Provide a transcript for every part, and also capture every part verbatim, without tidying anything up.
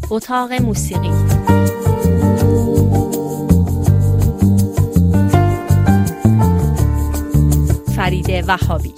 اتاق موسیقی. فرید وهابی.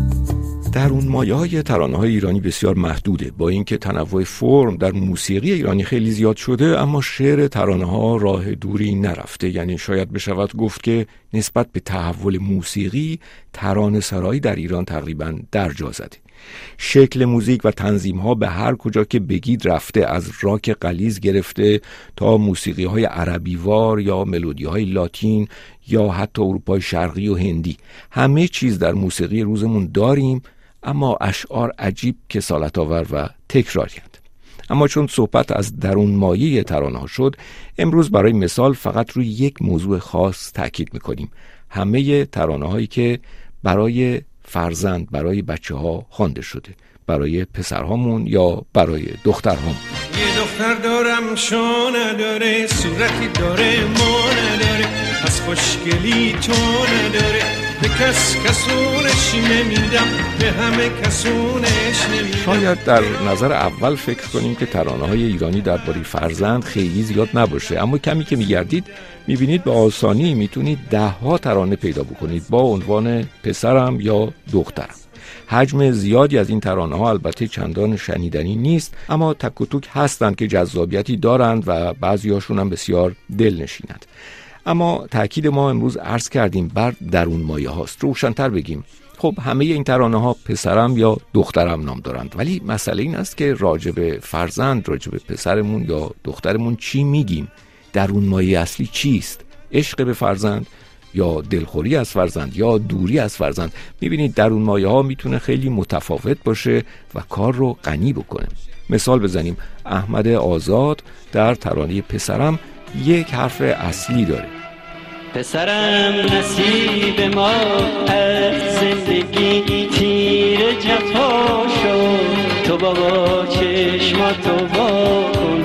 در اون مایه‌های ترانه‌های ایرانی بسیار محدوده. با اینکه تنوع فرم در موسیقی ایرانی خیلی زیاد شده، اما شعر ترانه‌ها راه دوری نرفته. یعنی شاید بشود گفت که نسبت به تحول موسیقی، ترانه‌سرایی در ایران تقریباً درجا زده. شکل موزیک و تنظیم‌ها به هر کجا که بگید رفته، از راک غلیظ گرفته تا موسیقی‌های عربیوار یا ملودی‌های لاتین یا حتی اروپای شرقی و هندی. همه چیز در موسیقی روزمون داریم، اما اشعار عجیب کسالت آور و تکراری‌اند. اما چون صحبت از درون مایه ترانه‌ها شد، امروز برای مثال فقط روی یک موضوع خاص تاکید می‌کنیم: همه ترانه‌هایی که برای فرزند، برای بچه ها خوانده شده، برای پسرهامون یا برای دخترهامون. یه دختر دارم شو نداره، صورتی داره ما نداره، از خوشگلی تو نداره، به کس کسونش نمیدم، به همه کسونش نمیدم. شاید در نظر اول فکر کنیم که ترانه‌های ایرانی درباره فرزند خیلی زیاد نباشه، اما کمی که میگردید میبینید به آسانی میتونید ده ها ترانه پیدا بکنید با عنوان پسرم یا دخترم. حجم زیادی از این ترانه ها البته چندان شنیدنی نیست، اما تک و توک هستند که جذابیتی دارند و بعضی هاشون هم بسیار دلنشینند. اما تأکید ما امروز عرض کردیم بر درون مایه هاست. روشن‌تر بگیم، خب همه این ترانه ها پسرم یا دخترم نام دارند، ولی مسئله این است که راجب فرزند، راجب پسرمون یا دخترمون چی میگیم؟ درون مایه اصلی چیست؟ عشق به فرزند یا دلخوری از فرزند یا دوری از فرزند؟ میبینید درون مایه ها میتونه خیلی متفاوت باشه و کار رو غنی بکنه. مثال بزنیم، احمد آزاد در ترانه پسرم یک حرف اصلی داره: پسرم نصیب ما از زندگی تیر جفا شد، تو بابا چشماتو وا کن،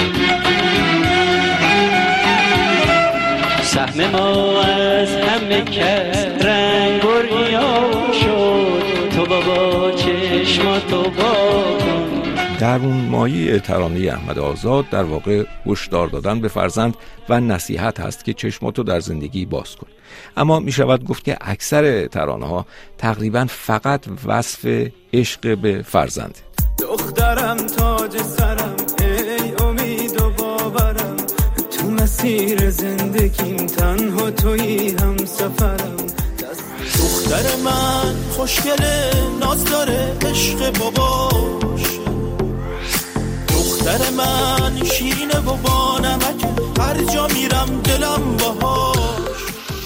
سهم ما از همه کس رنگ بریا شد، تو بابا چشماتو وا کن. در اون مایه ترانه احمد آزاد در واقع هشدار دادن به فرزند و نصیحت هست که چشماتو در زندگی باز کن. اما می شود گفت که اکثر ترانه ها تقریبا فقط وصف عشق به فرزند. دخترم تاج سرم، ای امید و باورم، تو مسیر زندگیم تنها تویی هم سفرم. دختر من خوشگله، ناز داره، عشق باباش. دختر من شیرینه و با نمک، هر جا میرم دلم باهاش.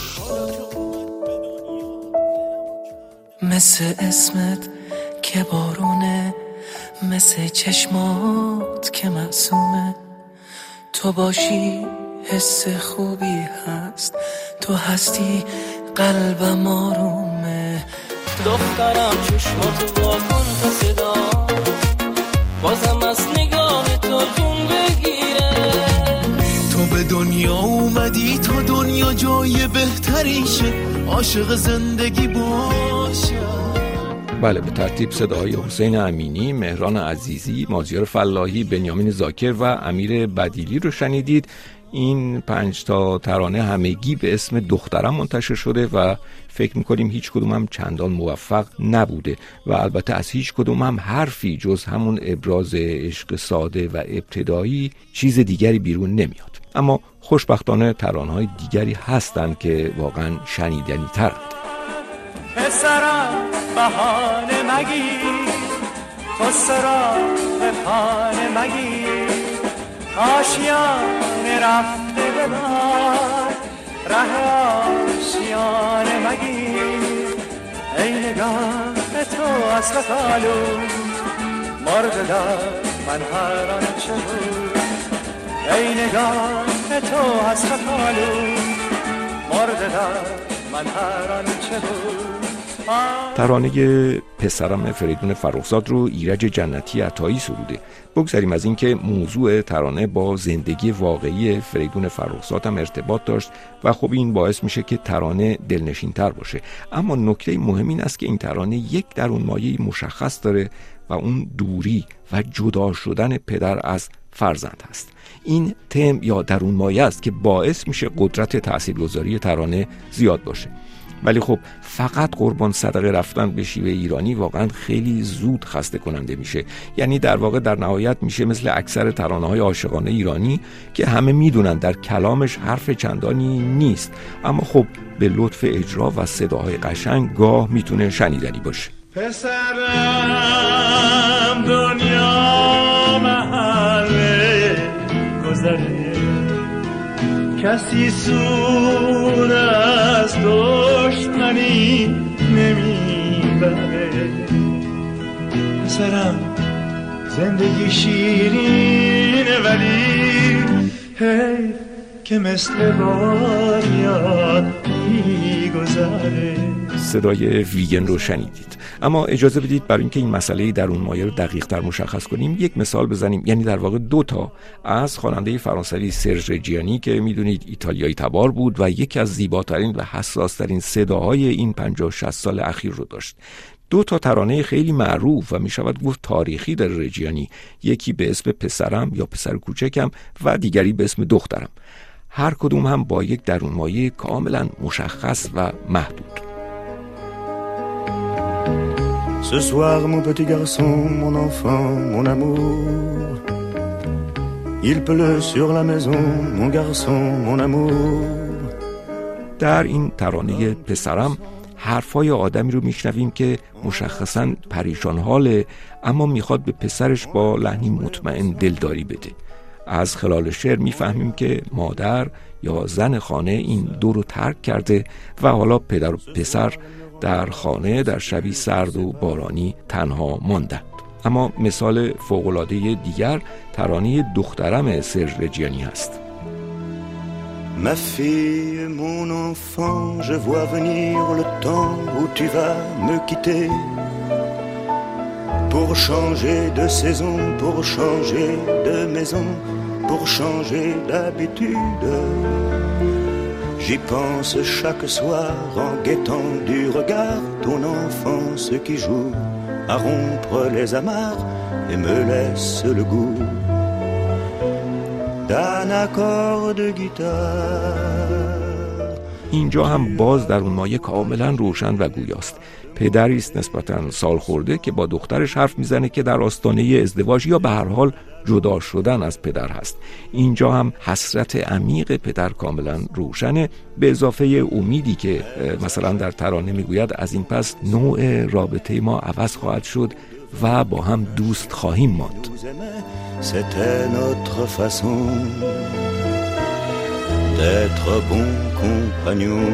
مثل اسمت که بارونه، مثل چشمات که معصومه، تو باشی حس خوبی هست، تو هستی قلبم آرومه. دخترم چشماتو واکن تا صدا، بازم از نگاه تو جون بگیره. تو به دنیا اومدی تا دنیا جای بهتریشه، عاشق زندگی باشه. بله، به ترتیب صداهای حسین امینی، مهران عزیزی، مازیار فلاحی، بنیامین ذاکر و امیر بدیلی رو شنیدید. این پنج تا ترانه همگی به اسم دخترم منتشر شده و فکر میکنیم هیچ کدوم هم چندان موفق نبوده و البته از هیچ کدوم هم حرفی جز همون ابراز عشق ساده و ابتدایی چیز دیگری بیرون نمیاد. اما خوشبختانه ترانه‌های دیگری هستند که واقعا شنیدنی ترند. پسرم بهانه مگیر، تو سرا بهانه مگیر، آشیانه رفته ببر، ره آشیانه مگیر. ای نگاه تو از خطالو، مرد در من هران چه بود. ای نگاه تو از خطالو، مرد در من هران چه بود. ترانه پسرم فریدون فرخزاد رو ایرج جنتی عطایی سروده. بگذاریم از این که موضوع ترانه با زندگی واقعی فریدون فرخزاد هم ارتباط داشت و خب این باعث میشه که ترانه دلنشین تر باشه. اما نکته مهم این است که این ترانه یک درون مایه مشخص داره و اون دوری و جدا شدن پدر از فرزند هست. این تم یا درون مایه است که باعث میشه قدرت تاثیرگذاری ترانه زیاد باشه. ولی خب فقط قربان صدقه رفتن به شیوه ایرانی واقعا خیلی زود خسته کننده میشه. یعنی در واقع در نهایت میشه مثل اکثر ترانه‌های عاشقانه ایرانی که همه میدونن در کلامش حرف چندانی نیست، اما خب به لطف اجرا و صداهای قشنگ گاه میتونه شنیدنی باشه. پسرم دنیا محله گذره، کسی سود از دشمنی نمیبره. پسرم زندگی شیرینه ولی هی که مثل باد میاد میگذره. صدای ویگن رو شنیدید. اما اجازه بدید برای اینکه این مسئله درون مایه رو دقیق تر مشخص کنیم یک مثال بزنیم، یعنی در واقع دو تا از خواننده فرانسوی سرژ رجیانی که میدونید ایتالیایی تبار بود و یکی از زیباترین و حساسترین صداهای این پنجاه شصت سال اخیر رو داشت. دو تا ترانه خیلی معروف و میشود گفت تاریخی در رجیانی، یکی به اسم پسرم یا پسر کوچکم و دیگری به اسم دخترم. هر کدوم هم با یک درون مایه کاملا مشخص و محدود. Ce soir, mon petit garçon, mon enfant, mon amour, il pleut sur la maison, mon garçon, mon amour. در این ترانه پسرم حرفای آدمی رو میشنویم که مشخصاً پریشان حاله، اما میخواد به پسرش با لحنی مطمئن دلداری بده. از خلال شعر میفهمیم که مادر یا زن خانه این دو رو ترک کرده و حالا پدر و پسر در خانه در شبی سرد و بارانی تنها ماندند. اما مثال فوق‌العاده دیگر ترانه دخترم سرژ رجیانی هست. Ma fille, mon enfant, je vois venir le temps où tu vas me quitter pour changer de saison, pour changer de maison, pour changer d'habitude. J'y pense chaque soir en guettant du regard ton enfance qui joue à rompre les amarres et me laisse le goût d'un accord de guitare. اینجا هم باز در اون مایه کاملا روشن و گویاست. پدری است نسبتاً سال خورده که با دخترش حرف میزنه که در آستانه ازدواج یا به هر حال جدا شدن از پدر هست. اینجا هم حسرت عمیق پدر کاملا روشنه، به اضافه امیدی که مثلا در ترانه میگوید از این پس نوع رابطه ما عوض خواهد شد و با هم دوست خواهیم ماند. C'était notre façon d'être bon compagnon.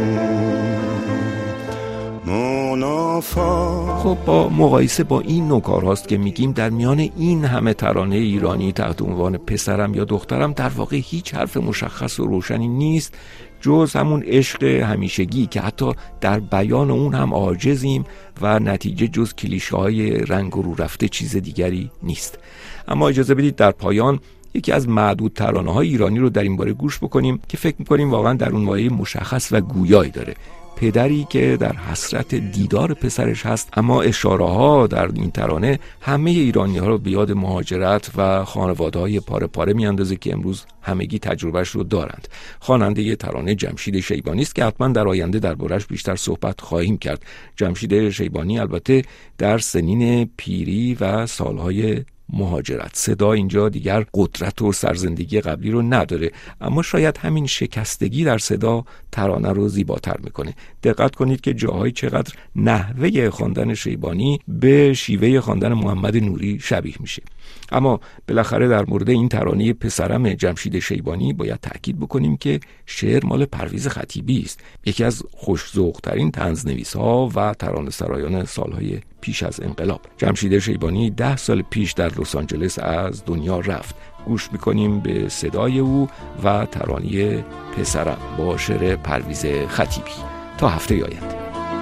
خب با مقایسه با این نوع کارهاست که میگیم در میان این همه ترانه ایرانی تحت عنوان پسرم یا دخترم در واقع هیچ حرف مشخص و روشنی نیست جز همون عشق همیشگی که حتی در بیان اون هم عاجزیم و نتیجه جز کلیشه‌های رنگ رو رفته چیز دیگری نیست. اما اجازه بدید در پایان یکی از معدود ترانه‌های ایرانی رو در این باره گوش بکنیم که فکر می‌کنیم واقعا در اون مایه مشخص و گویایی داره. پدری که در حسرت دیدار پسرش هست، اما اشاره‌ها در این ترانه همه ایرانی‌ها رو به یاد مهاجرت و خانواده‌های پاره پاره میاندازه که امروز همگی تجربهش رو دارند. خواننده ترانه جمشید شیبانی است که حتما در آینده دربارش بیشتر صحبت خواهیم کرد. جمشید شیبانی البته در سنین پیری و سالهای مهاجرت. صدا اینجا دیگر قدرت و سرزندگی قبلی رو نداره، اما شاید همین شکستگی در صدا ترانه رو زیباتر میکنه. دقت کنید که جاهای چقدر نحوه خواندن شیبانی به شیوه خواندن محمد نوری شبیه میشه. اما بالاخره در مورد این ترانه پسرم جمشید شیبانی باید تأکید بکنیم که شعر مال پرویز خطیبی است، یکی از خوش‌ذوق‌ترین طنزنویس‌ها و ترانه‌سرایان سالهای پیش از انقلاب. جمشید شیبانی ده سال پیش در لس آنجلس از دنیا رفت. گوش میکنیم به صدای او و ترانه پسرم با شعر پرویز خطیبی. تا هفته آینده.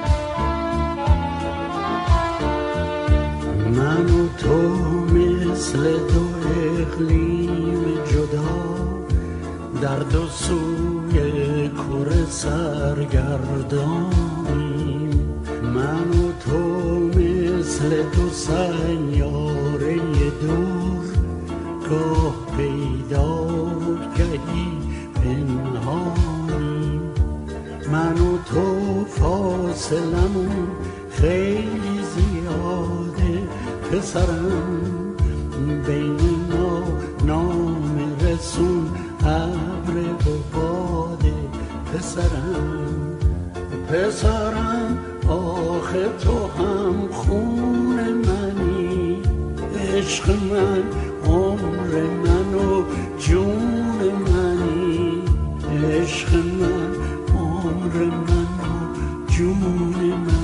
من و تو مثل دو اقلیم جدا در دو سوی کره سرگردانیم. من و تو مثل دو سیاره دور گاه به من و تو فاصلمون خیلی زیاده پسرم، بین ما نام رسون ابر و باده پسرم. پسرم آخه تو هم خون منی، عشق من عمر من و جون منی، عشق من عمر من و جون منی.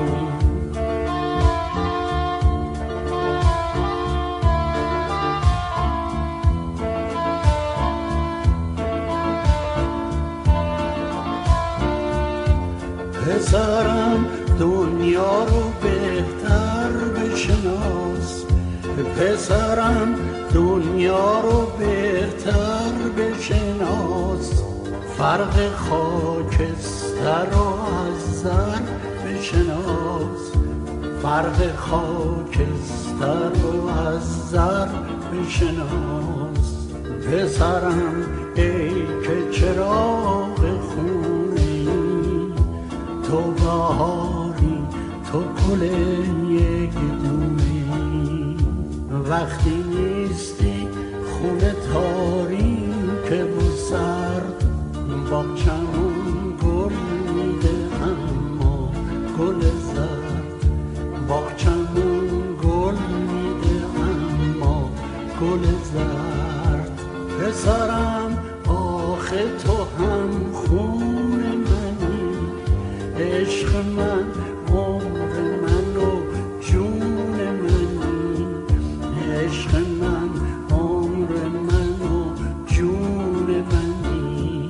پسرم دنیا رو بهتر بشناس، پسرم دنیا رو بهتر بشناس، فرق خاکستر رو از زر بشناس، فرق خاکستر رو از زر بشناس. پسرم ای که چراغ خونی، تو بهاری تو گل یک دونی، وقتی نیستی خونه تاریکه و سرد، باغچمون گل میده اما گل زرد، باغچمون گل میده اما گل زرد. پسرم آخه تو هم خون منی، عشق من عمر من و جون منی، عشق من عمر من و جون منی.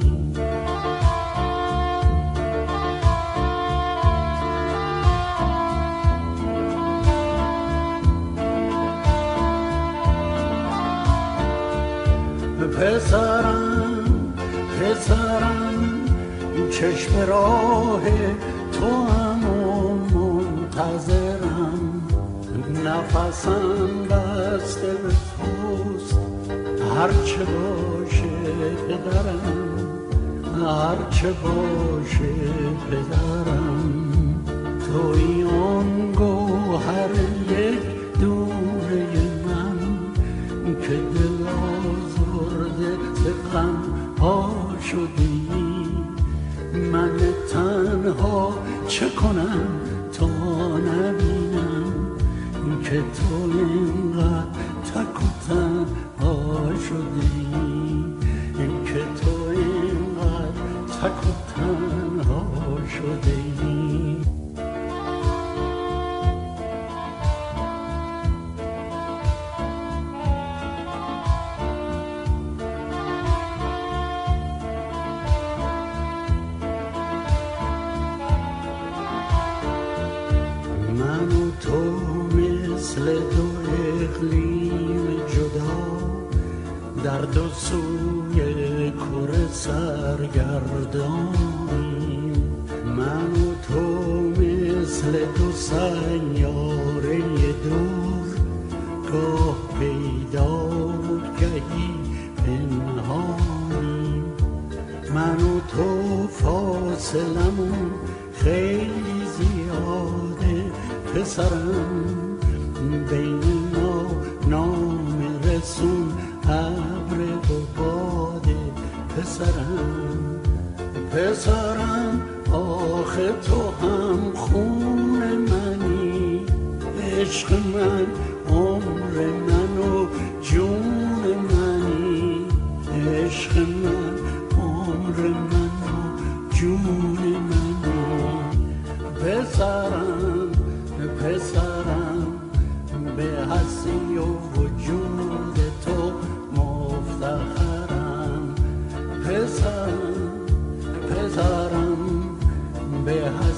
پسرم پسرم چشم راه تو هم منتظرم، نفسم بسته به توست هرچه باشه پدرم، هرچه باشه پدرم. توی آن گوهر یک دوره من که دل آزرده به غم ها شدی، من تنها چه کنم تا نبینم که تو اینقدر تک و تنها شدی، که تو اینقدر تک و تنها شدی. من و تو مثل دو اقلیم جدا، در دو سوی کره سرگردانیم. من و تو مثل دو سیاره دور، گاه پیدا و گهی پنهانیم. من و تو فاصلمون خیلی زیاده پسرم، بین ما نام رسون ابر و باده پسرم. پسرم آخه تو هم خون منی، عشق من عمر من و جون منی، عشق من عمر من و جون منی. پسرم پسرم به هستی و وجود تو مفتخرم، پسرم پسرم به هستی